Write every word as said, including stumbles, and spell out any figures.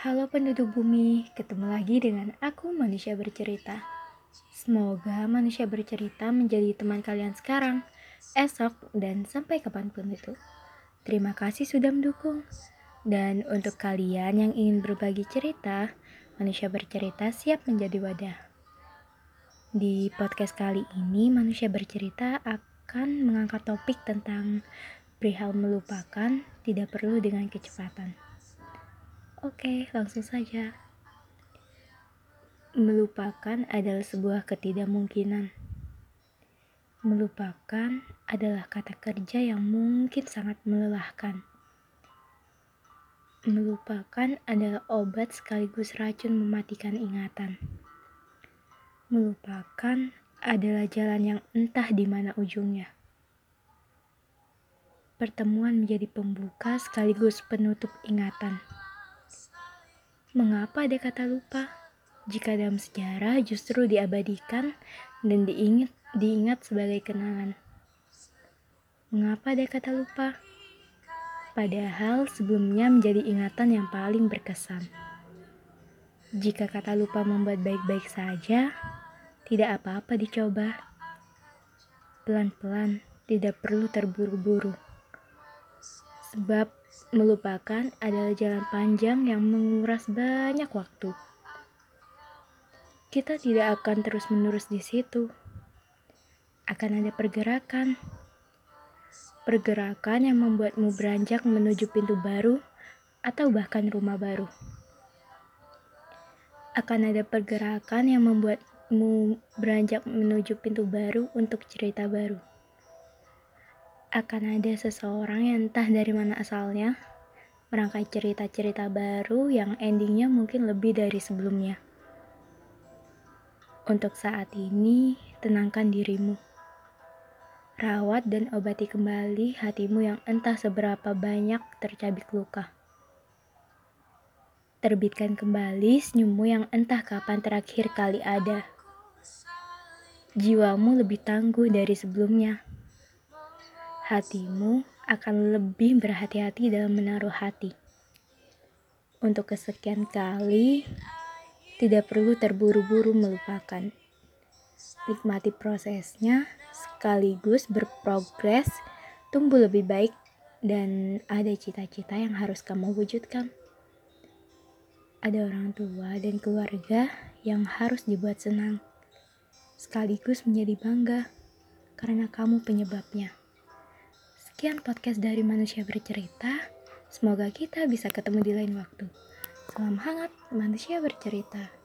Halo penduduk bumi, ketemu lagi dengan aku Manusia Bercerita. Semoga Manusia Bercerita menjadi teman kalian sekarang, esok, dan sampai kapanpun itu. Terima kasih sudah mendukung. Dan untuk kalian yang ingin berbagi cerita, Manusia Bercerita siap menjadi wadah. Di podcast kali ini, Manusia Bercerita akan mengangkat topik tentang perihal melupakan tidak perlu dengan kecepatan. Oke, langsung saja. Melupakan adalah sebuah ketidakmungkinan. Melupakan adalah kata kerja yang mungkin sangat melelahkan. Melupakan adalah obat sekaligus racun mematikan ingatan. Melupakan adalah jalan yang entah di mana ujungnya. Pertemuan menjadi pembuka sekaligus penutup ingatan. Mengapa ada kata lupa? Jika dalam sejarah justru diabadikan dan diingat, diingat sebagai kenangan. Mengapa ada kata lupa? Padahal sebelumnya menjadi ingatan yang paling berkesan. Jika kata lupa membuat baik-baik saja, tidak apa-apa dicoba. Pelan-pelan, tidak perlu terburu-buru. Sebab melupakan adalah jalan panjang yang menguras banyak waktu. Kita tidak akan terus-menerus di situ. Akan ada pergerakan. Pergerakan yang membuatmu beranjak menuju pintu baru atau bahkan rumah baru. Akan ada pergerakan yang membuatmu beranjak menuju pintu baru untuk cerita baru. Akan ada seseorang yang entah dari mana asalnya, merangkai cerita-cerita baru yang endingnya mungkin lebih dari sebelumnya. Untuk saat ini, tenangkan dirimu. Rawat dan obati kembali hatimu yang entah seberapa banyak tercabik luka. Terbitkan kembali senyummu yang entah kapan terakhir kali ada. Jiwamu lebih tangguh dari sebelumnya. Hatimu akan lebih berhati-hati dalam menaruh hati. Untuk kesekian kali, tidak perlu terburu-buru melupakan. Nikmati prosesnya, sekaligus berprogres, tumbuh lebih baik, dan ada cita-cita yang harus kamu wujudkan. Ada orang tua dan keluarga yang harus dibuat senang, sekaligus menjadi bangga, karena kamu penyebabnya. Sekian podcast dari Manusia Bercerita, semoga kita bisa ketemu di lain waktu. Salam hangat Manusia Bercerita.